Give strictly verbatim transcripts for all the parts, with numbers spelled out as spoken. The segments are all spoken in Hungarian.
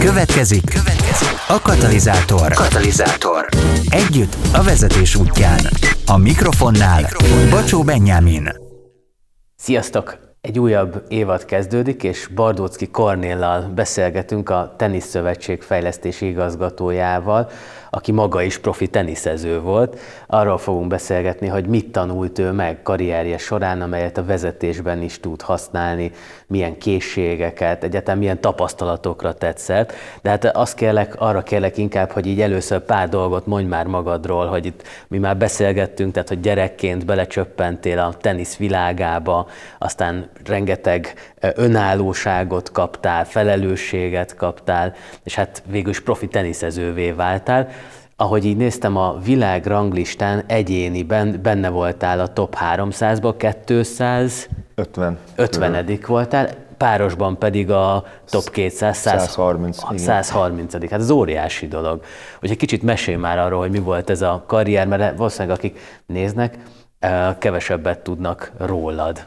Következik, következik a Katalizátor. Katalizátor. Együtt a vezetés útján. A mikrofonnál Bacsó Benyámin. Sziasztok! Egy újabb évad kezdődik, és Bardóczky Kornéllal beszélgetünk, a Teniszszövetség fejlesztési igazgatójával, aki maga is profi teniszező volt. Arról fogunk beszélgetni, hogy mit tanult ő meg karrierje során, amelyet a vezetésben is tud használni, milyen készségeket, egyáltalán milyen tapasztalatokra tett szert. De hát azt kérlek, arra kérlek inkább, hogy így először pár dolgot mondj már magadról, hogy itt mi már beszélgettünk, tehát hogy gyerekként belecsöppentél a tenisz világába, aztán rengeteg önállóságot kaptál, felelősséget kaptál, és hát végül is profi teniszezővé váltál. Ahogy így néztem, a világ ranglistán egyéniben benne voltál a top háromszázba, kétszázötven voltál, párosban pedig a top kétszáz, száz harminc. Hát ez óriási dolog. Úgyhogy kicsit mesélj már arról, hogy mi volt ez a karrier, mert valószínűleg akik néznek, kevesebbet tudnak rólad.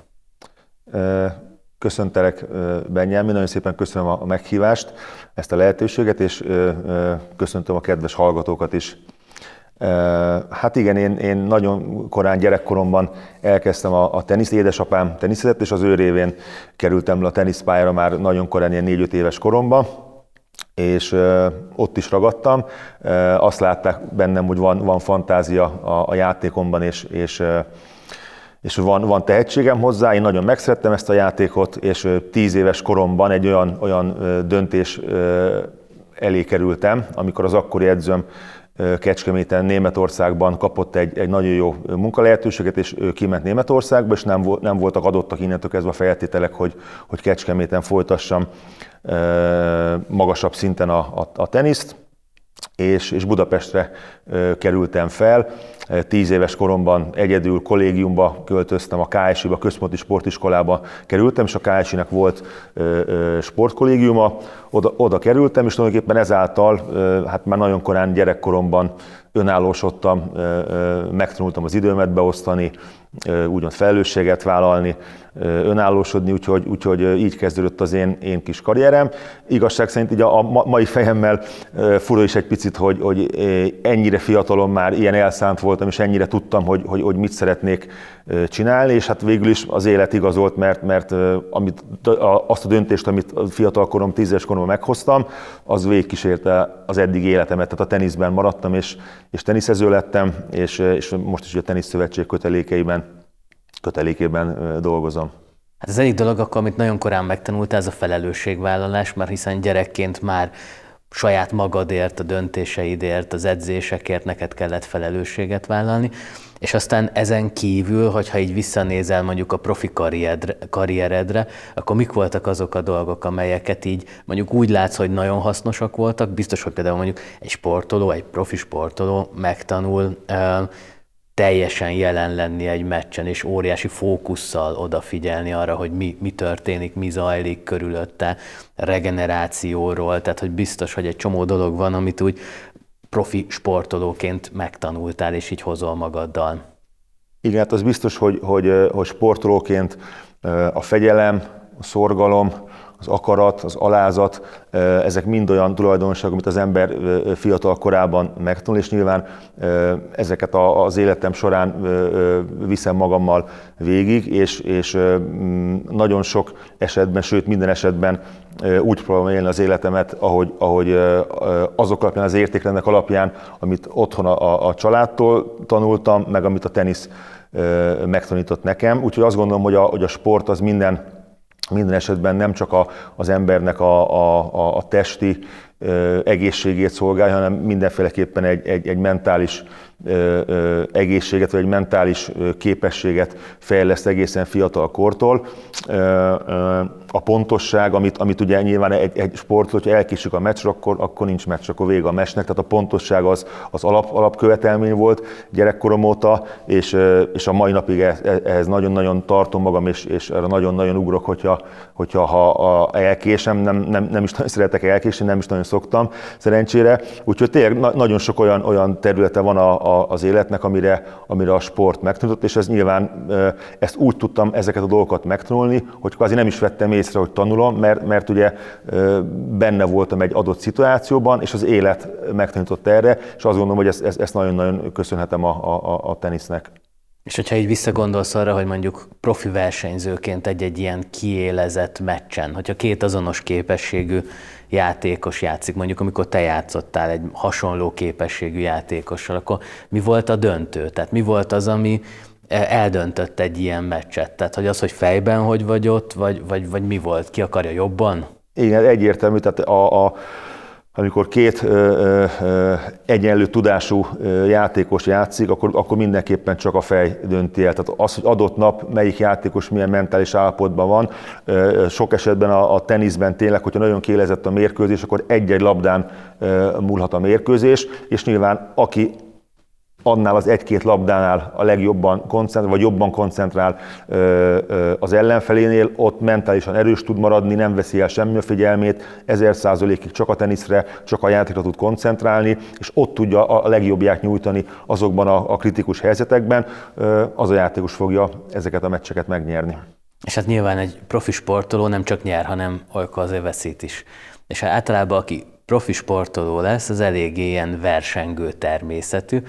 Köszöntelek, Benyámin, nagyon szépen köszönöm a meghívást, ezt a lehetőséget, és köszöntöm a kedves hallgatókat is. Hát igen, én, én nagyon korán gyerekkoromban elkezdtem a, a teniszt, édesapám teniszezett, és az ő révén kerültem le a teniszpályára már nagyon korán, ilyen négy-öt éves koromban, és ott is ragadtam. Azt látták bennem, hogy van, van fantázia a, a játékomban, és, és és van, van tehetségem hozzá, én nagyon megszerettem ezt a játékot, és tíz éves koromban egy olyan, olyan döntés elé kerültem, amikor az akkori edzőm Kecskeméten, Németországban kapott egy, egy nagyon jó munkalehetőséget, és ő kiment Németországba, és nem, nem voltak adottak innentől kezdve a feltételek, hogy, hogy Kecskeméten folytassam magasabb szinten a, a, a teniszt. És, és Budapestre kerültem fel. Tíz éves koromban egyedül kollégiumba költöztem, a ká es i-ba, Központi Sportiskolába kerültem, és a ká es i-nek volt sportkollégiuma, oda, oda kerültem, és tulajdonképpen ezáltal hát már nagyon korán gyerekkoromban önállósodtam, megtanultam az időmet beosztani, úgymond felelősséget vállalni, önállósodni, úgyhogy, úgyhogy így kezdődött az én, én kis karrierem. Igazság szerint így a, a mai fejemmel fura is egy picit, hogy, hogy ennyire fiatalon már ilyen elszánt voltam, és ennyire tudtam, hogy, hogy, hogy mit szeretnék csinálni, és hát végül is az élet igazolt, mert, mert amit, azt a döntést, amit fiatalkorom, tíz éves koromban meghoztam, az végigkísérte az eddig életemet, tehát a teniszben maradtam, és, és teniszező lettem, és, és most is a Teniszszövetség kötelékeiben kötelékében dolgozom. Hát az egyik dolog akkor, amit nagyon korán megtanultál, ez a felelősségvállalás, mert hiszen gyerekként már saját magadért, a döntéseidért, az edzésekért neked kellett felelősséget vállalni, és aztán ezen kívül, hogyha így visszanézel mondjuk a profi karrieredre, karrieredre, akkor mik voltak azok a dolgok, amelyeket így mondjuk úgy látsz, hogy nagyon hasznosak voltak, biztos, hogy például mondjuk egy sportoló, egy profi sportoló megtanul teljesen jelen lenni egy meccsen, és óriási fókusszal odafigyelni arra, hogy mi, mi történik, mi zajlik körülötte, regenerációról, tehát hogy biztos, hogy egy csomó dolog van, amit úgy profi sportolóként megtanultál, és így hozol magaddal. Igen, hát az biztos, hogy, hogy, hogy sportolóként a fegyelem, a szorgalom, az akarat, az alázat, ezek mind olyan tulajdonságok, amit az ember fiatal korában megtanul, és nyilván ezeket az életem során viszem magammal végig, és, és nagyon sok esetben, sőt minden esetben úgy próbálom élni az életemet, ahogy, ahogy azok alapján, az értékrendek alapján, amit otthon a, a családtól tanultam, meg amit a tenisz megtanított nekem. Úgyhogy azt gondolom, hogy a, hogy a sport az minden Minden esetben nem csak a, az embernek a, a, a testi ö, egészségét szolgálja, hanem mindenféleképpen egy, egy, egy mentális ö, ö, egészséget, vagy egy mentális ö, képességet fejleszt egészen fiatal kortól. Ö, ö, a pontosság, amit, amit ugye nyilván egy, egy sport, hogyha elkésik a meccsre, akkor, akkor nincs meccs, akkor vége a meccsnek. Tehát a pontosság az, az alap, alapkövetelmény volt gyerekkorom óta, és, és a mai napig ehhez nagyon-nagyon tartom magam, és, és erre nagyon-nagyon ugrok, hogyha, hogyha ha a, elkésem, nem, nem, nem is nagyon szeretek elkésni, nem is nagyon szoktam, szerencsére. Úgyhogy tényleg na- nagyon sok olyan, olyan területe van a, a, az életnek, amire, amire a sport megtanított, és ez nyilván ezt úgy tudtam ezeket a dolgokat megtanulni, hogy kvázi nem is vettem észre, hogy tanulom, mert, mert ugye benne voltam egy adott szituációban, és az élet megtanított erre, és azt gondolom, hogy ezt, ezt, ezt nagyon-nagyon köszönhetem a, a, a tenisznek. És hogyha így visszagondolsz arra, hogy mondjuk profi versenyzőként egy-egy ilyen kiélezett meccsen, hogyha két azonos képességű játékos játszik, mondjuk amikor te játszottál egy hasonló képességű játékossal, akkor mi volt a döntő? Tehát mi volt az, ami eldöntött egy ilyen meccset? Tehát hogy az, hogy fejben hogy vagy ott, vagy, vagy, vagy mi volt? Ki akarja jobban? Igen, egyértelmű, tehát a, a amikor két ö, ö, egyenlő tudású ö, játékos játszik, akkor, akkor mindenképpen csak a fej dönti el. Tehát az, hogy adott nap melyik játékos milyen mentális állapotban van, ö, sok esetben a, a teniszben tényleg, hogyha nagyon kiélezett a mérkőzés, akkor egy-egy labdán ö, múlhat a mérkőzés, és nyilván aki annál az egy-két labdánál a legjobban koncentrál, vagy jobban koncentrál ö, ö, az ellenfelénél, ott mentálisan erős tud maradni, nem veszi el semmi a figyelmét, ezer százalékig csak a teniszre, csak a játékra tud koncentrálni, és ott tudja a legjobbját nyújtani azokban a, a kritikus helyzetekben, ö, az a játékos fogja ezeket a meccseket megnyerni. És hát nyilván egy profi sportoló nem csak nyer, hanem olykor azért veszít is. És hát általában aki profi sportoló lesz, az eléggé ilyen versengő természetű.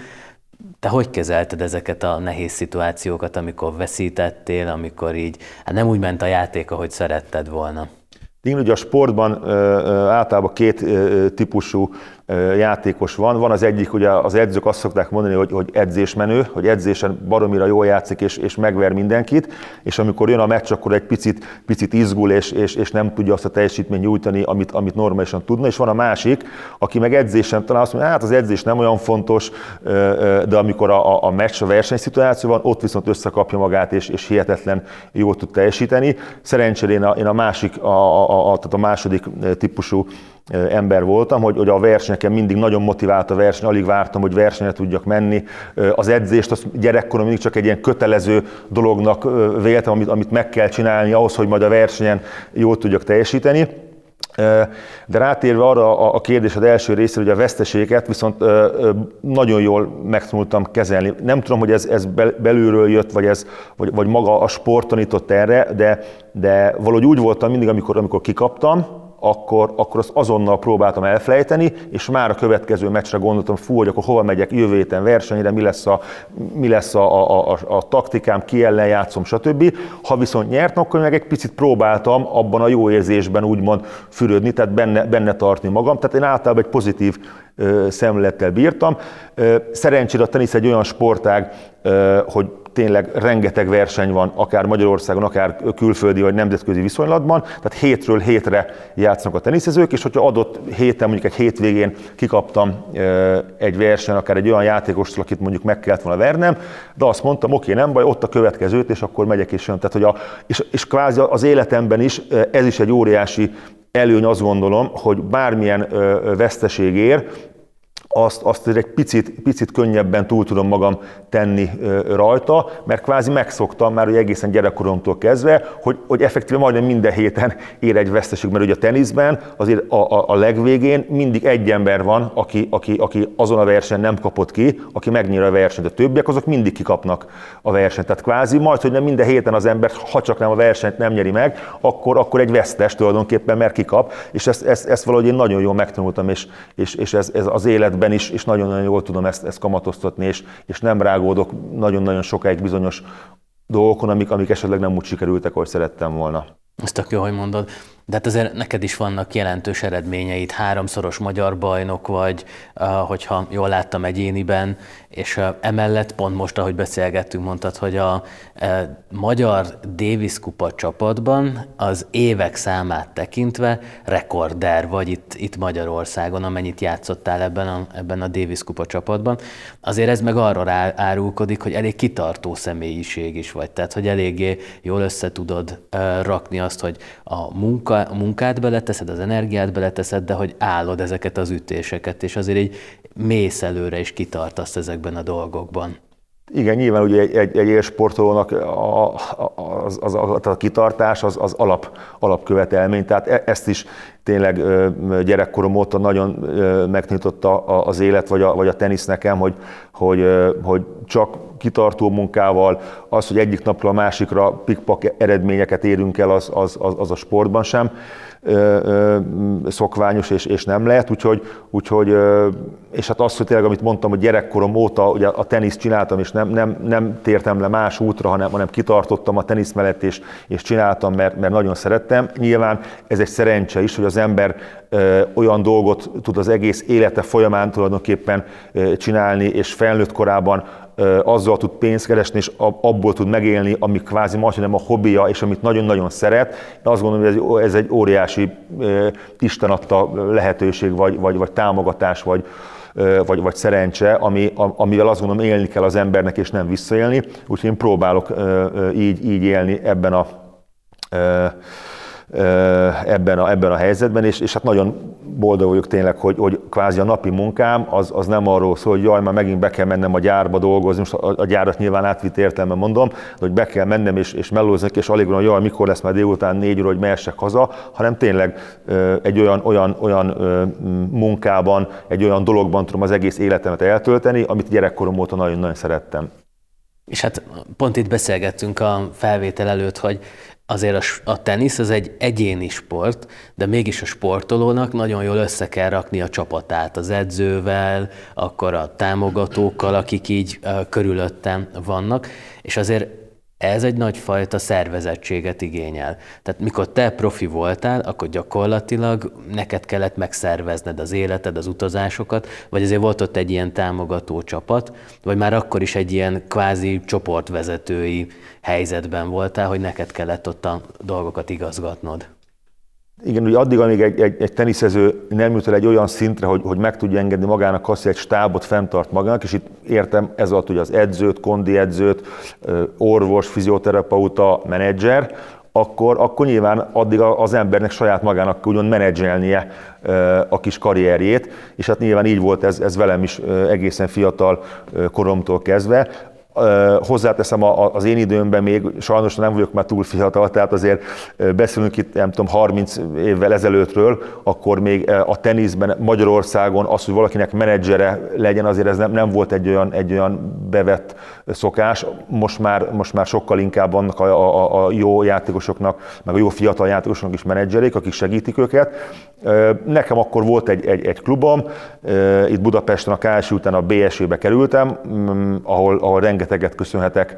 Te hogy kezelted ezeket a nehéz szituációkat, amikor veszítettél, amikor így, hát nem úgy ment a játék, ahogy szeretted volna? Igen, ugye a sportban ö, ö, általában két ö, típusú ö, játékos van. Van az egyik, ugye az edzők azt szokták mondani, hogy, hogy edzésmenő, hogy edzésen baromira jól játszik és, és megver mindenkit, és amikor jön a meccs, akkor egy picit, picit izgul és, és, és nem tudja azt a teljesítményt nyújtani, amit, amit normálisan tudna. És van a másik, aki meg edzésen talán azt mondja, hát az edzés nem olyan fontos, de amikor a, a meccs, a versenyszituáció van, ott viszont összekapja magát és, és hihetetlen jól tud teljesíteni. Szerencsére én a, én a másik, a, a, a, tehát a második típusú ember voltam, hogy, hogy a versenyeken mindig nagyon motivált a verseny, alig vártam, hogy versenyre tudjak menni. Az edzést az gyerekkorom mindig csak egy ilyen kötelező dolognak véltem, amit, amit meg kell csinálni ahhoz, hogy majd a versenyen jól tudjak teljesíteni. De rátérve arra a kérdésed első részére, hogy a veszteségeket viszont nagyon jól megtanultam kezelni. Nem tudom, hogy ez, ez belülről jött, vagy, ez, vagy, vagy maga a sport tanított erre, de, de valahogy úgy voltam mindig, amikor, amikor kikaptam, akkor, akkor azt azonnal próbáltam elfelejteni, és már a következő meccsre gondoltam, fú, hogy akkor hova megyek jövő héten versenyre, mi lesz a, mi lesz a, a, a, a taktikám, ki ellen játszom, stb. Ha viszont nyertem, akkor meg egy picit próbáltam abban a jó érzésben úgymond fürödni, tehát benne, benne tartni magam. Tehát én általában egy pozitív ö, szemlélettel bírtam. Ö, szerencsére a tenisz egy olyan sportág, ö, hogy tényleg rengeteg verseny van, akár Magyarországon, akár külföldi vagy nemzetközi viszonylatban, tehát hétről hétre játszanak a teniszezők, és hogyha adott héten, mondjuk egy hétvégén kikaptam egy versenyen, akár egy olyan játékostól, akit mondjuk meg kellett volna vernem, de azt mondtam, oké, okay, nem baj, ott a következőt, és akkor megyek és jön. Tehát, hogy a, és, és kvázi az életemben is ez is egy óriási előny, azt gondolom, hogy bármilyen veszteség ér, azt, azt egy picit, picit könnyebben túl tudom magam tenni rajta, mert kvázi megszoktam már, hogy egészen gyerekkoromtól kezdve, hogy, hogy effektíve majdnem minden héten ér egy veszteség, mert ugye a teniszben azért a, a, a legvégén mindig egy ember van, aki, aki, aki azon a versenyen nem kapott ki, aki megnyír a versenyt. A többiek azok mindig kikapnak a versenyt. Tehát kvázi majd, hogy nem minden héten az ember, ha csak nem a versenyt nem nyeri meg, akkor, akkor egy vesztes tulajdonképpen, mert kikap, és ezt, ezt, ezt valahogy én nagyon jól megtanultam, és, és, és ez, ez az életben is, és nagyon-nagyon jól tudom ezt, ezt kamatoztatni, és, és nem rágódok nagyon-nagyon sokáig bizonyos dolgokon, amik, amik esetleg nem úgy sikerültek, ahogy szerettem volna. Ezt tök jó, hogy mondod. De hát azért neked is vannak jelentős eredményeid, háromszoros magyar bajnok vagy, hogyha jól láttam egyéniben, és emellett pont most, ahogy beszélgettünk, mondtad, hogy a magyar Davis Kupa csapatban az évek számát tekintve rekorder vagy itt, itt Magyarországon, amennyit játszottál ebben a, ebben a Davis Kupa csapatban. Azért ez meg arra árulkodik, hogy elég kitartó személyiség is vagy, tehát hogy eléggé jól össze tudod rakni azt, hogy a munka a munkád beleteszed, az energiát beleteszed, de hogy állod ezeket az ütéseket, és azért így mész előre és kitartasz ezekben a dolgokban. Igen, nyilván ugye egy, egy, egy élsportolónak a, az, az, az, a kitartás az, az alap, alapkövetelmény, tehát ezt is tényleg gyerekkorom óta nagyon megnyitotta az élet, vagy a, vagy a tenisz nekem, hogy, hogy, hogy csak kitartó munkával, az, hogy egyik napról a másikra pikpak eredményeket érünk el, az, az, az a sportban sem szokványos, és, és nem lehet, úgyhogy, úgyhogy, és hát az, hogy tényleg, amit mondtam, hogy gyerekkorom óta ugye a teniszt csináltam, és nem, nem, nem tértem le más útra, hanem, hanem kitartottam a tenisz mellett, és, és csináltam, mert, mert nagyon szerettem. Nyilván ez egy szerencse is, hogy az ember ö, olyan dolgot tud az egész élete folyamán tulajdonképpen ö, csinálni, és felnőtt korában ö, azzal tud pénzt keresni, és abból tud megélni, ami kvázi majdnem a hobbija, és amit nagyon-nagyon szeret. Én azt gondolom, hogy ez, ez egy óriási ö, Isten adta lehetőség, vagy, vagy, vagy támogatás, vagy Vagy, vagy szerencse, ami, amivel azt gondolom élni kell az embernek, és nem visszaélni. Úgyhogy én próbálok így, így élni ebben a, ebben a, ebben a helyzetben, és, és hát nagyon boldog vagyok tényleg, hogy, hogy kvázi a napi munkám az, az nem arról szól, hogy jaj, már megint be kell mennem a gyárba dolgozni, most a, a gyárat nyilván átvitt értelemben mondom, de hogy be kell mennem és, és mellózni, és alig van, jaj, mikor lesz már délután négy óra, hogy mehessek haza, hanem tényleg egy olyan, olyan, olyan munkában, egy olyan dologban tudom az egész életemet eltölteni, amit gyerekkorom óta nagyon-nagyon szerettem. És hát pont itt beszélgettünk a felvétel előtt, hogy azért a, a tenisz az egy egyéni sport, de mégis a sportolónak nagyon jól össze kell rakni a csapatát az edzővel, akkor a támogatókkal, akik így uh, körülöttem vannak, és azért ez egy nagyfajta szervezettséget igényel. Tehát mikor te profi voltál, akkor gyakorlatilag neked kellett megszervezned az életed, az utazásokat, vagy azért volt ott egy ilyen támogató csapat, vagy már akkor is egy ilyen kvázi csoportvezetői helyzetben voltál, hogy neked kellett ott a dolgokat igazgatnod. Igen, ugye addig, amíg egy, egy, egy teniszező nem jut el egy olyan szintre, hogy, hogy meg tudja engedni magának azt, hogy egy stábot fenntart magának, és itt értem ez alatt ugye az edzőt, kondi edzőt, orvos, fizioterapeuta, menedzser, akkor, akkor nyilván addig az embernek saját magának úgymond menedzselnie a kis karrierjét, és hát nyilván így volt ez, ez velem is egészen fiatal koromtól kezdve. Hozzáteszem, az én időmben még sajnos nem vagyok már túl fiatal, tehát azért beszélünk itt, nem tudom, harminc évvel ezelőttről, akkor még a teniszben Magyarországon az, hogy valakinek menedzsere legyen, azért ez nem, nem volt egy olyan, egy olyan bevett szokás. Most már, most már sokkal inkább vannak a, a, a jó játékosoknak, meg a jó fiatal játékosoknak is menedzserék, akik segítik őket. Nekem akkor volt egy, egy, egy klubom, itt Budapesten a ká es i után a bé es é-be kerültem, ahol, ahol rengeteget köszönhetek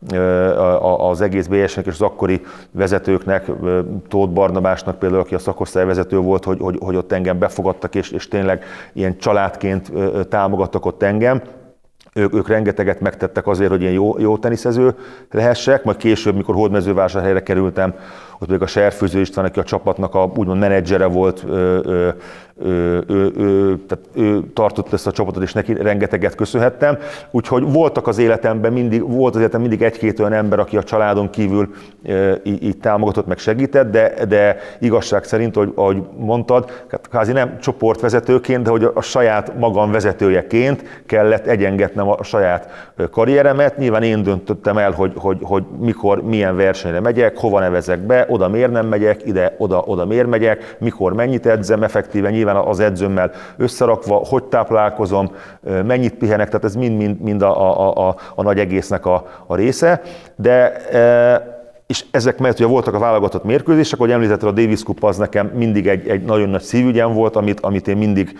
az egész bé es é-nek és az akkori vezetőknek, Tóth Barnabásnak például, aki a szakosztályvezető volt, hogy, hogy, hogy ott engem befogadtak, és, és tényleg ilyen családként támogattak ott engem. Ők, ők rengeteget megtettek azért, hogy én jó, jó teniszező lehessek, majd később, mikor Hódmezővásárhelyre kerültem, ott pedig a Serfőző István, aki a csapatnak a úgymond menedzsere volt, ő, ő, ő, ő, ő, tehát ő tartott ezt a csapatot, és neki rengeteget köszönhettem. Úgyhogy voltak az életemben mindig, volt az életemben mindig egy-két olyan ember, aki a családon kívül így, így támogatott, meg segített, de, de igazság szerint, hogy, ahogy mondtad, kvázi nem csoportvezetőként, de hogy a, a saját magam vezetőjeként kellett egyengetnem a saját karrieremet. Nyilván én döntöttem el, hogy, hogy, hogy mikor, milyen versenyre megyek, hova nevezek be, oda miért nem megyek, ide, oda, oda miért megyek, mikor mennyit edzem, effektíven nyilván az edzőmmel összerakva, hogy táplálkozom, mennyit pihenek, tehát ez mind, mind a, a, a, a nagy egésznek a, a része, de és ezek mellett ugye voltak a válogatott mérkőzések, ahogy említetted, a Davis Cup az nekem mindig egy, egy nagyon nagy szívügyem volt, amit, amit én mindig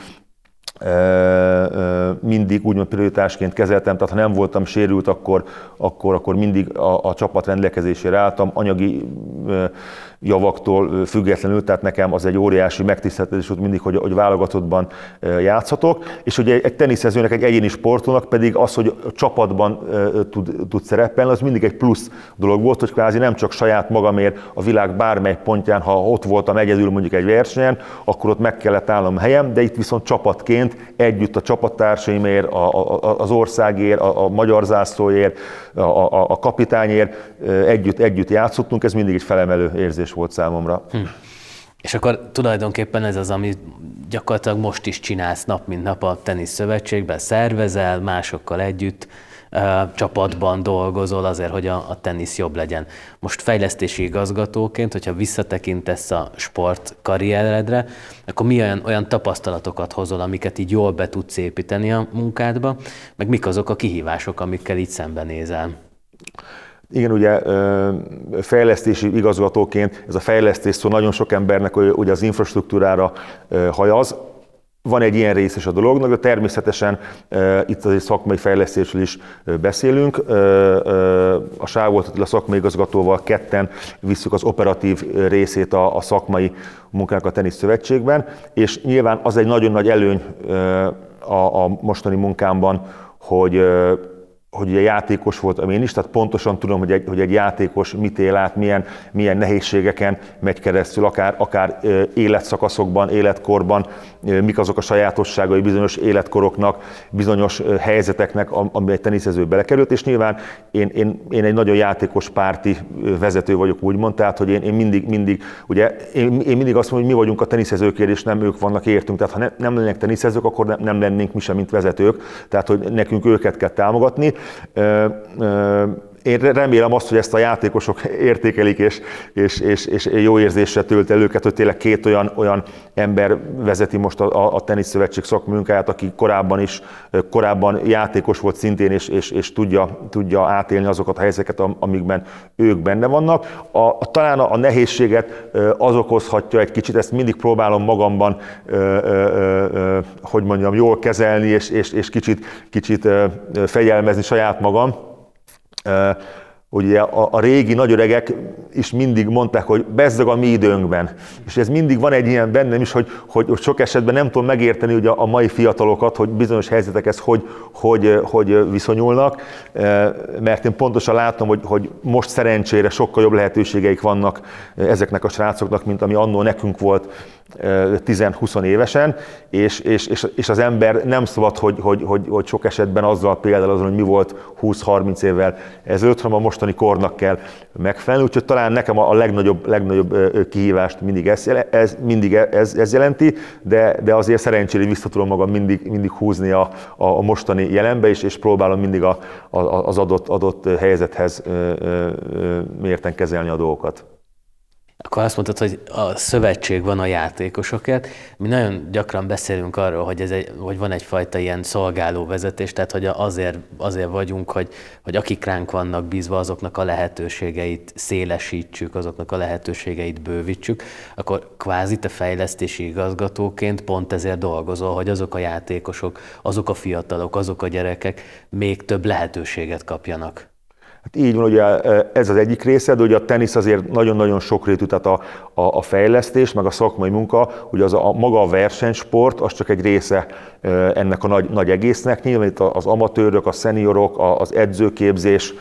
mindig úgymond prioritásként kezeltem, tehát ha nem voltam sérült, akkor, akkor, akkor mindig a, a csapat rendelkezésére álltam, anyagi javaktól függetlenül, tehát nekem az egy óriási megtiszteltetés volt mindig, hogy, hogy válogatottban játszhatok, és ugye egy teniszezőnek, egy egyéni sportolónak pedig az, hogy a csapatban tud, tud szerepelni, az mindig egy plusz dolog volt, hogy kvázi nem csak saját magamért a világ bármely pontján, ha ott voltam egyedül mondjuk egy versenyen, akkor ott meg kellett állnom helyem, de itt viszont csapatként együtt a csapattársaimért, a, a, az országért, a, a magyar zászlóért, a, a, a kapitányért együtt, együtt játszottunk, ez mindig egy felemelő érzés volt számomra. Hm. És akkor tulajdonképpen ez az, amit gyakorlatilag most is csinálsz nap mint nap a Tenisz Szövetségben, szervezel másokkal együtt csapatban dolgozol azért, hogy a, a tenisz jobb legyen. Most fejlesztési igazgatóként, hogyha visszatekintesz a sportkarrieredre, akkor mi olyan, olyan tapasztalatokat hozol, amiket így jól be tudsz építeni a munkádba, meg mik azok a kihívások, amikkel így szembenézel? Igen, ugye fejlesztési igazgatóként ez a fejlesztés szó nagyon sok embernek ugye az infrastruktúrára hajaz. Van egy ilyen rész is a dolognak, de természetesen e, itt az egy szakmai fejlesztésről is beszélünk. E, e, a Sávol Attila szakmai igazgatóval ketten visszük az operatív részét a, a szakmai munkának a Tenisz Szövetségben, és nyilván az egy nagyon nagy előny e, a, a mostani munkámban, hogy e, hogy ugye játékos voltam én is, tehát pontosan tudom, hogy egy, hogy egy játékos mit él át, milyen, milyen nehézségeken megy keresztül, akár, akár életszakaszokban, életkorban, mik azok a sajátosságai bizonyos életkoroknak, bizonyos helyzeteknek, ami egy teniszező belekerült, és nyilván én, én, én egy nagyon játékos párti vezető vagyok, úgymond, tehát hogy én, én mindig, mindig, ugye, én, én mindig azt mondom, hogy mi vagyunk a teniszezőkért, és nem ők vannak értünk, tehát ha ne, nem lennének teniszezők, akkor nem, nem lennénk mi sem, mint vezetők, tehát hogy nekünk őket kell támogatni. Én remélem azt, hogy ezt a játékosok értékelik, és, és, és, és jó érzésre tölt el őket, hogy tényleg két olyan, olyan ember vezeti most a, a Tenisz Szövetség szakmunkáját, aki korábban is, korábban játékos volt szintén, és, és, és tudja, tudja átélni azokat a helyzeteket, amikben ők benne vannak. A, a, talán a, a nehézséget az okozhatja egy kicsit, ezt mindig próbálom magamban, ö, ö, ö, hogy mondjam, jól kezelni, és, és, és kicsit, kicsit fegyelmezni saját magam. Uh, ugye a, a régi nagyöregek is mindig mondták, hogy bezzeg a mi időnkben. És ez mindig van egy ilyen bennem is, hogy, hogy, hogy sok esetben nem tudom megérteni ugye a mai fiatalokat, hogy bizonyos helyzetekhez hogy, hogy, hogy viszonyulnak, uh, mert én pontosan látom, hogy, hogy most szerencsére sokkal jobb lehetőségeik vannak ezeknek a srácoknak, mint ami annó nekünk volt tíz-húsz évesen, és, és, és, és az ember nem szabad, hogy, hogy, hogy, hogy sok esetben azzal például azon, hogy mi volt húsz-harminc évvel ezelőtt, hanem a mostani kornak kell megfelelni. Úgyhogy talán nekem a legnagyobb, legnagyobb kihívást mindig ez, ez, mindig ez, ez jelenti, de, de azért szerencsére vissza tudom magam mindig, mindig húzni a, a mostani jelenbe, és, és próbálom mindig a, a, az adott, adott helyzethez mérten kezelni a dolgokat. Akkor azt mondtad, hogy a szövetség van a játékosokért. Mi nagyon gyakran beszélünk arról, hogy, ez egy, hogy van egyfajta ilyen szolgáló vezetés, tehát hogy azért, azért vagyunk, hogy, hogy akik ránk vannak bízva, azoknak a lehetőségeit szélesítsük, azoknak a lehetőségeit bővítsük. Akkor kvázi te fejlesztési igazgatóként pont ezért dolgozol, hogy azok a játékosok, azok a fiatalok, azok a gyerekek még több lehetőséget kapjanak. Hát így van, ugye ez az egyik része, de ugye a tenisz azért nagyon-nagyon sokrétű, tehát a, a, a fejlesztés, meg a szakmai munka, ugye az a, maga a versenysport, az csak egy része ennek a nagy, nagy egésznek. Nyilván itt az amatőrök, a szeniorok, az edzőképzés,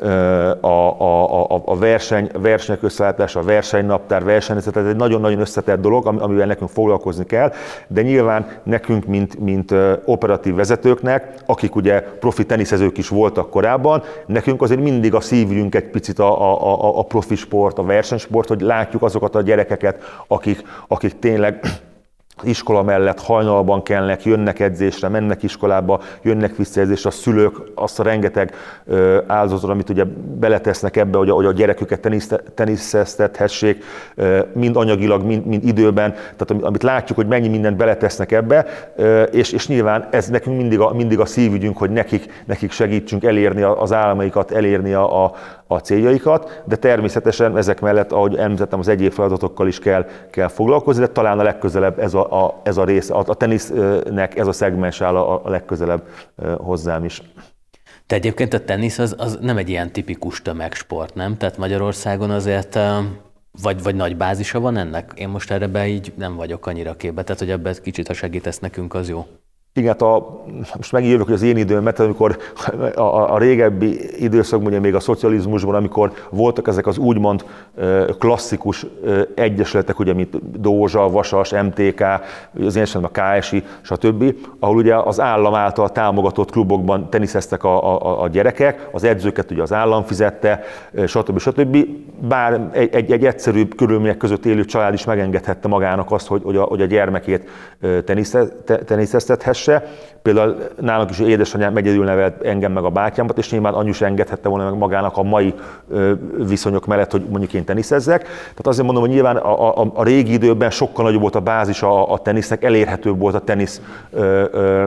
a, a, a, a verseny, versenyek összeállítása, a versenynaptár, versenyzet, ez egy nagyon-nagyon összetett dolog, amivel nekünk foglalkozni kell, de nyilván nekünk, mint, mint operatív vezetőknek, akik ugye profi teniszezők is voltak korábban, nekünk azért mindig a szívügyünk egy picit a, a, a profi sport, a versenysport, hogy látjuk azokat a gyerekeket, akik, akik tényleg iskola mellett hajnalban kelnek, jönnek edzésre, mennek iskolába, jönnek vissza edzésre, a szülők azt a rengeteg áldozatot, amit ugye beletesznek ebbe, hogy a, hogy a gyereküket teniszeztethessék, mind anyagilag, mind, mind időben, tehát amit látjuk, hogy mennyi mindent beletesznek ebbe, és, és nyilván ez nekünk mindig a, mindig a szívügyünk, hogy nekik, nekik segítsünk elérni az álmaikat, elérni a, a, a céljaikat, de természetesen ezek mellett, ahogy említettem, az egyéb feladatokkal is kell, kell foglalkozni, de talán a legközelebb ez a A, ez a rész, a, a tenisznek ez a szegmens áll a, a legközelebb hozzám is. De egyébként a tenisz az, az nem egy ilyen tipikus tömegsport, nem? Tehát Magyarországon azért vagy, vagy nagy bázisa van ennek? Én most erre be így nem vagyok annyira képbe, tehát hogy ebben kicsit, ha segítesz nekünk, az jó. Igen, a, most megint jövök, hogy az én időmet, amikor a, a, a régebbi időszakban, ugye még a szocializmusban, amikor voltak ezek az úgymond klasszikus egyesületek, ugye, mint Dózsa, Vasas, em té ká, az én esetben a ká es i, stb., ahol ugye az állam által támogatott klubokban teniszeztek a, a, a gyerekek, az edzőket ugye az állam fizette, stb. stb. Bár egy, egy, egy egyszerűbb körülmények között élő család is megengedhette magának azt, hogy, hogy, a, hogy a gyermekét teniszeztethesse. vezesse. Például nálunk is édesanyám egyedül nevelt engem meg a bátyámat, és nyilván anyus engedhette volna meg magának a mai viszonyok mellett, hogy mondjuk én teniszezzek. Tehát azért mondom, hogy nyilván a, a, a régi időben sokkal nagyobb volt a bázis a, a tenisznek, elérhetőbb volt a tenisz ö, ö,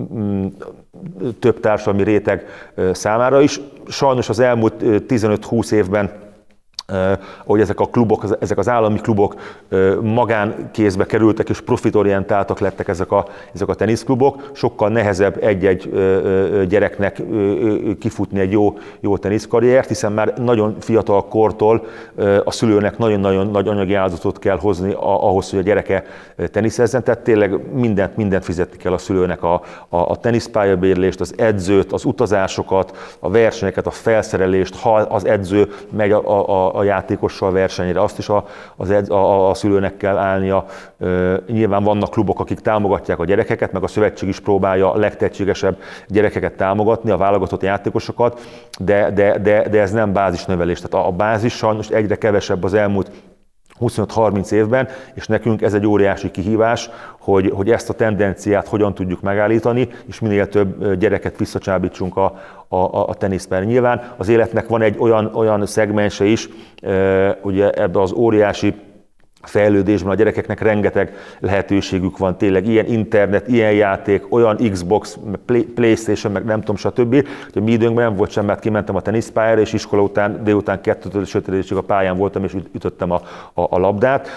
több társadalmi réteg számára is. Sajnos az elmúlt tizenöt-húsz évben, Uh, ahogy ezek a klubok, ezek az állami klubok uh, magánkézbe kerültek és profitorientáltak lettek ezek a, ezek a teniszklubok, sokkal nehezebb egy-egy uh, uh, gyereknek uh, uh, kifutni egy jó, jó teniszkarriert, hiszen már nagyon fiatal kortól uh, a szülőnek nagyon-nagyon nagy anyagi áldozatot kell hozni ahhoz, hogy a gyereke teniszezzen, tehát tényleg mindent, mindent fizetni kell a szülőnek, a, a, a teniszpályabérlést, az edzőt, az utazásokat, a versenyeket, a felszerelést, ha az edző megy a, a a játékossal versenyre, azt is a, az ed, a, a szülőnek kell állnia. Ö, nyilván vannak klubok, akik támogatják a gyerekeket, meg a szövetség is próbálja a legtehetségesebb gyerekeket támogatni, a válogatott játékosokat, de, de, de, de ez nem bázisnövelés. Tehát a, a bázis sajnos egyre kevesebb az elmúlt huszonöt-harminc évben, és nekünk ez egy óriási kihívás, hogy, hogy ezt a tendenciát hogyan tudjuk megállítani, és minél több gyereket visszacsábítsunk a, a, a teniszben. Nyilván az életnek van egy olyan, olyan szegmense is, ugye ebben az óriási fejlődésben a gyerekeknek rengeteg lehetőségük van, tényleg ilyen internet, ilyen játék, olyan Xbox, PlayStation, meg nem tudom, stb. Hogy mi időnkben nem volt sem, mert kimentem a teniszpályára, és iskola után, délután kettőtől sötétedésig a pályán voltam, és ütöttem a, a, a labdát.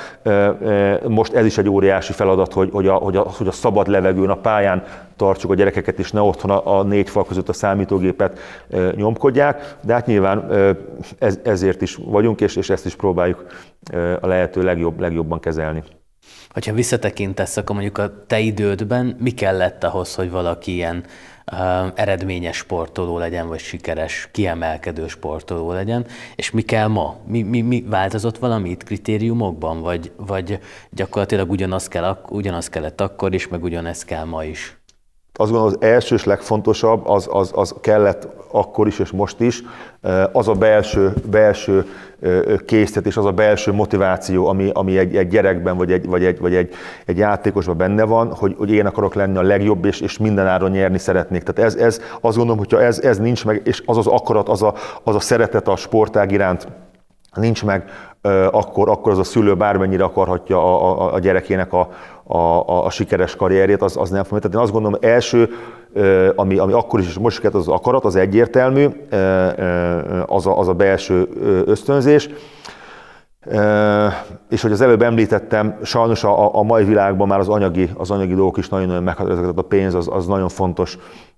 Most ez is egy óriási feladat, hogy, hogy, a, hogy, a, hogy a szabad levegőn, a pályán tartsuk a gyerekeket, és ne otthon a, a négy fal között a számítógépet e, nyomkodják, de hát nyilván e, ez, ezért is vagyunk, és, és ezt is próbáljuk e, a lehető legjobb, legjobban kezelni. Ha visszatekintesz, akkor mondjuk a te idődben mi kellett ahhoz, hogy valaki ilyen uh, eredményes sportoló legyen, vagy sikeres, kiemelkedő sportoló legyen, és mi kell ma? Mi, mi, mi változott valami itt kritériumokban, vagy, vagy gyakorlatilag ugyanaz, kell, ugyanaz kellett akkor is, meg ugyanez kell ma is? Azt gondolom, az első és legfontosabb, az, az, az kellett akkor is és most is, az a belső, belső késztetés, az a belső motiváció, ami, ami egy, egy gyerekben vagy, egy, vagy, egy, vagy egy, egy játékosban benne van, hogy, hogy én akarok lenni a legjobb, és, és mindenáron nyerni szeretnék. Tehát ez, ez azt gondolom, hogyha ez, ez nincs meg, és az az akarat, az a, az a szeretet a sportág iránt nincs meg, akkor, akkor az a szülő bármennyire akarhatja a, a, a gyerekének a, a, a, a sikeres karrierjét, az, az nem fog. Tehát én azt gondolom, első, ami, ami akkor is és most is az akarat, az egyértelmű, az a, az a belső ösztönzés. És hogy az előbb említettem, sajnos a, a mai világban már az anyagi, az anyagi dolgok is nagyon-nagyon meghatározott, a pénz az, az nagyon fontos,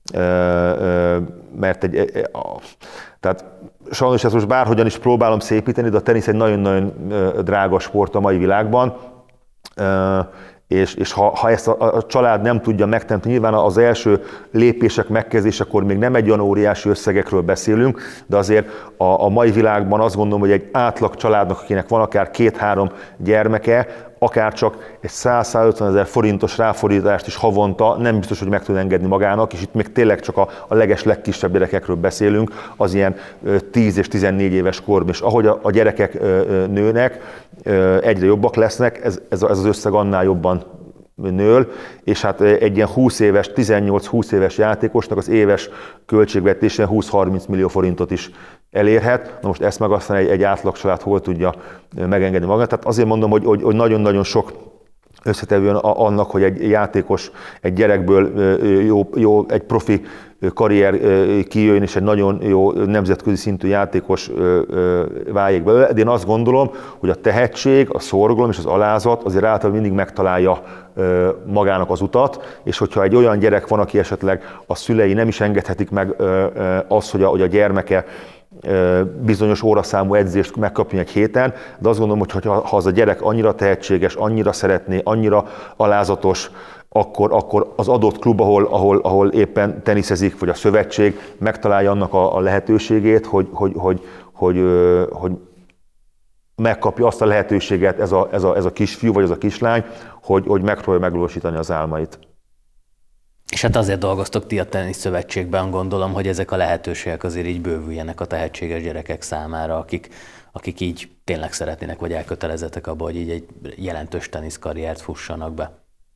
mert egy, a, tehát sajnos ezt most bárhogyan is próbálom szépíteni, de a tenisz egy nagyon-nagyon drága sport a mai világban, és, és ha, ha ezt a, a család nem tudja megtenni, nyilván az első lépések megkezdésekor még nem egy olyan óriási összegekről beszélünk, de azért a, a mai világban azt gondolom, hogy egy átlag családnak, akinek van akár két-három gyermeke, akár csak egy száz-százötven ezer forintos ráfordítást is havonta nem biztos, hogy meg tud engedni magának, és itt még tényleg csak a, a leges legkisebb gyerekekről beszélünk, az ilyen tíz és tizennégy éves korban, és ahogy a, a gyerekek nőnek, egyre jobbak lesznek, ez, ez az összeg annál jobban nől, és hát egy ilyen húsz éves, tizennyolc-húsz éves játékosnak az éves költségvetésén húsz-harminc millió forintot is elérhet. Na most ezt meg aztán egy, egy átlagcsalád hol tudja megengedni magát. Tehát azért mondom, hogy, hogy, hogy nagyon-nagyon sok összetevően annak, hogy egy játékos egy gyerekből jó, jó egy profi karrier kijöjjön, és egy nagyon jó nemzetközi szintű játékos váljék belőle. De én azt gondolom, hogy a tehetség, a szorgalom és az alázat azért általában mindig megtalálja magának az utat, és hogyha egy olyan gyerek van, aki esetleg a szülei nem is engedhetik meg azt, hogy a, hogy a gyermeke bizonyos óraszámú edzést megkapni egy héten, de azt gondolom, hogy ha az a gyerek annyira tehetséges, annyira szeretné, annyira alázatos, akkor, akkor az adott klub, ahol, ahol, ahol éppen teniszezik, vagy a szövetség megtalálja annak a, a lehetőségét, hogy, hogy, hogy, hogy, hogy, hogy megkapja azt a lehetőséget ez a, ez a, ez a kisfiú, vagy ez a kislány, hogy, hogy megpróbálja megvalósítani az álmait. És hát azért dolgoztok ti a teniszszövetségben, gondolom, hogy ezek a lehetőségek azért így bővüljenek a tehetséges gyerekek számára, akik, akik így tényleg szeretnének, vagy elkötelezettek abba, hogy így egy jelentős teniszkarriert fussanak be.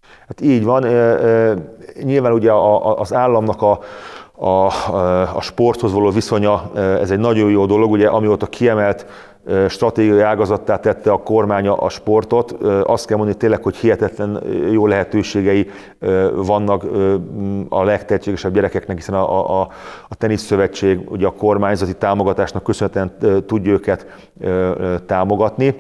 Hát így van. Nyilván ugye az államnak a, a, a sporthoz való viszonya, ez egy nagyon jó dolog, ugye amióta kiemelt stratégiai ágazattá tette a kormány a sportot. Azt kell mondani tényleg, hogy hihetetlen jó lehetőségei vannak a legtehetségesebb gyerekeknek, hiszen a, a, a Teniszszövetség ugye a kormányzati támogatásnak köszönhetően tudja őket támogatni.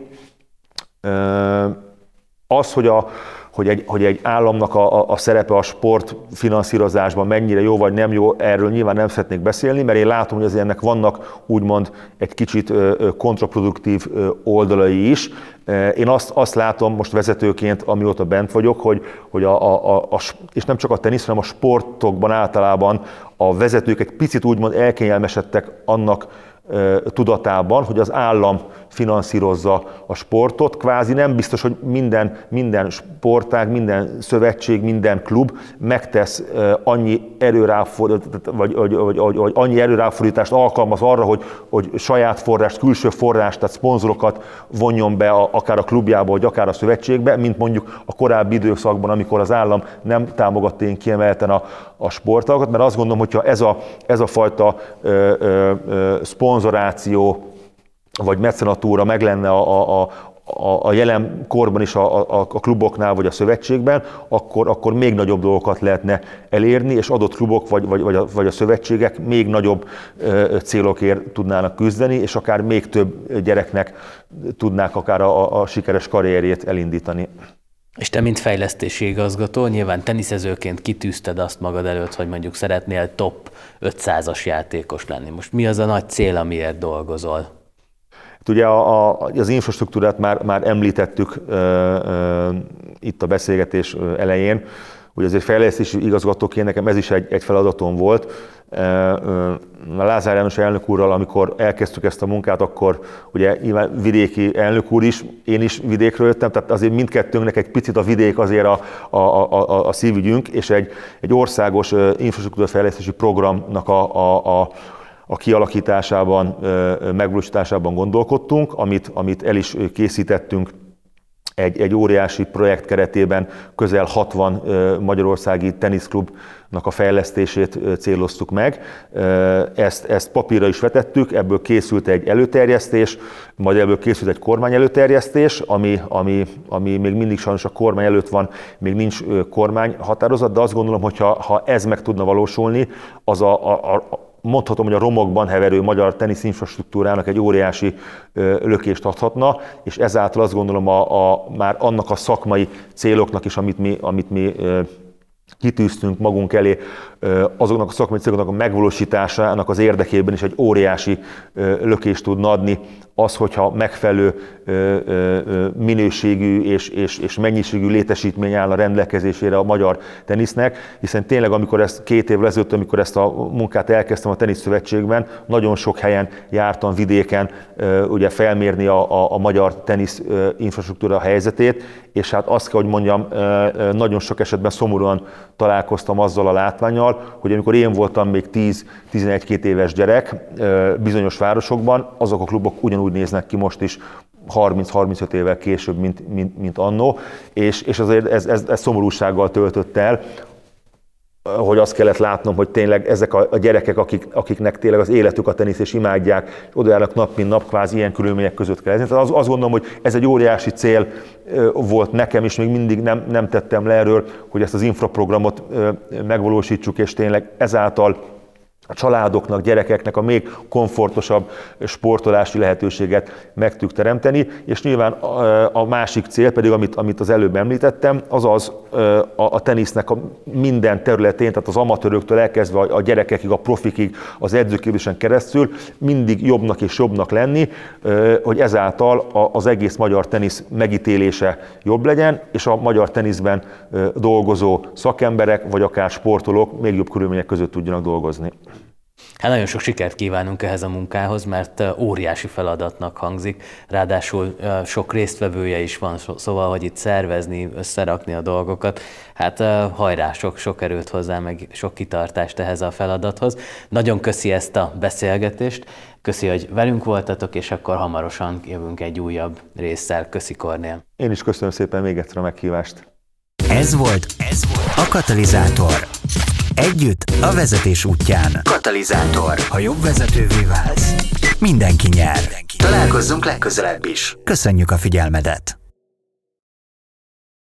Az, hogy, a, hogy, egy, hogy egy államnak a, a szerepe a sport finanszírozásban mennyire jó vagy nem jó, erről nyilván nem szeretnék beszélni, mert én látom, hogy azért ennek vannak úgymond egy kicsit kontraproduktív oldalai is. Én azt, azt látom most vezetőként, amióta bent vagyok, hogy, hogy a, a, a, és nem csak a tenisz, hanem a sportokban általában a vezetők egy picit úgymond elkényelmesedtek annak tudatában, hogy az állam finanszírozza a sportot. Kvázi nem biztos, hogy minden, minden sportág, minden szövetség, minden klub megtesz annyi erőráfordítást, vagy, vagy, vagy, vagy, vagy annyi erőráfordítást alkalmaz arra, hogy, hogy saját forrást, külső forrást, tehát szponzorokat vonjon be a, akár a klubjába, vagy akár a szövetségbe, mint mondjuk a korábbi időszakban, amikor az állam nem támogatta ilyen kiemelten a, a sportágokat, mert azt gondolom, hogyha ez a, ez a fajta ö, ö, ö, szponzoráció vagy mecenatúra meg lenne a, a, a, a jelen korban is a, a, a kluboknál vagy a szövetségben, akkor, akkor még nagyobb dolgokat lehetne elérni, és adott klubok vagy, vagy, vagy, a, vagy a szövetségek még nagyobb ö, célokért tudnának küzdeni, és akár még több gyereknek tudnák akár a, a sikeres karrierjét elindítani. És te, mint fejlesztési igazgató, nyilván teniszezőként kitűzted azt magad előtt, hogy mondjuk szeretnél top ötszázas játékos lenni. Most mi az a nagy cél, amiért dolgozol? Ugye a, a, az infrastruktúrát már, már említettük ö, ö, itt a beszélgetés elején, hogy azért fejlesztési igazgatóként nekem ez is egy, egy feladatom volt. A Lázár János elnök úrral, amikor elkezdtük ezt a munkát, akkor ugye nyilván vidéki elnök úr is, én is vidékről jöttem, tehát azért mindkettőnknek egy picit a vidék azért a, a, a, a szívügyünk, és egy, egy országos infrastruktúra fejlesztési programnak a, a, a a kialakításában, megvalósításában gondolkodtunk, amit, amit el is készítettünk egy, egy óriási projekt keretében, közel hatvan magyarországi teniszklubnak a fejlesztését céloztuk meg. Ezt, ezt papírra is vetettük, ebből készült egy előterjesztés, majd ebből készült egy kormány előterjesztés, ami, ami, ami még mindig sajnos a kormány előtt van, még nincs kormány határozat, de azt gondolom, hogy ha, ha ez meg tudna valósulni, az a, a, a mondhatom, hogy a romokban heverő magyar teniszinfrastruktúrának egy óriási ö, lökést adhatna, és ezáltal azt gondolom a, a, már annak a szakmai céloknak is, amit mi, amit mi ö, kitűztünk magunk elé, ö, azoknak a szakmai céloknak a megvalósításának az érdekében is egy óriási ö, lökést tudna adni az, hogyha megfelelő ö, ö, minőségű és, és, és mennyiségű létesítmény áll a rendelkezésére a magyar tenisznek, hiszen tényleg, amikor ezt két évvel ezelőtt, amikor ezt a munkát elkezdtem a Teniszszövetségben, nagyon sok helyen jártam vidéken ö, ugye felmérni a, a, a magyar tenisz ö, infrastruktúra helyzetét, és hát azt kell, hogy mondjam, ö, ö, nagyon sok esetben szomorúan találkoztam azzal a látvánnyal, hogy amikor én voltam még tíz-tizenegy-két éves gyerek ö, bizonyos városokban, azok a klubok ugyanúgy úgy néznek ki most is harminc-harmincöt évvel később, mint, mint, mint annó, és, és azért ez, ez, ez szomorúsággal töltött el, hogy azt kellett látnom, hogy tényleg ezek a, a gyerekek, akik, akiknek tényleg az életük a tenisz és imádják, és odaállnak nap mint nap, kvázi ilyen körülmények között kell ezni. Tehát az, azt gondolom, hogy ez egy óriási cél volt nekem, és még mindig nem, nem tettem le erről, hogy ezt az infraprogramot megvalósítsuk, és tényleg ezáltal a családoknak, gyerekeknek a még komfortosabb sportolási lehetőséget meg tudjuk teremteni, és nyilván a másik cél pedig, amit, amit az előbb említettem, az az a, a tenisznek a minden területén, tehát az amatőröktől elkezdve a gyerekekig, a profikig, az edzőképzésen keresztül mindig jobbnak és jobbnak lenni, hogy ezáltal az egész magyar tenisz megítélése jobb legyen, és a magyar teniszben dolgozó szakemberek, vagy akár sportolók még jobb körülmények között tudjanak dolgozni. Hát nagyon sok sikert kívánunk ehhez a munkához, mert óriási feladatnak hangzik, ráadásul sok résztvevője is van, szóval, hogy itt szervezni, összerakni a dolgokat, hát hajrá, sok, sok erőt hozzá, meg sok kitartást ehhez a feladathoz. Nagyon köszi ezt a beszélgetést, köszi, hogy velünk voltatok, és akkor hamarosan jövünk egy újabb résszel. Köszi, Kornél. Én is köszönöm szépen még egyszer a meghívást. Ez volt, ez volt a Katalizátor. Együtt a vezetés útján. Katalizátor. Ha jobb vezetővé válsz, mindenki nyer. Találkozzunk legközelebb is. Köszönjük a figyelmedet!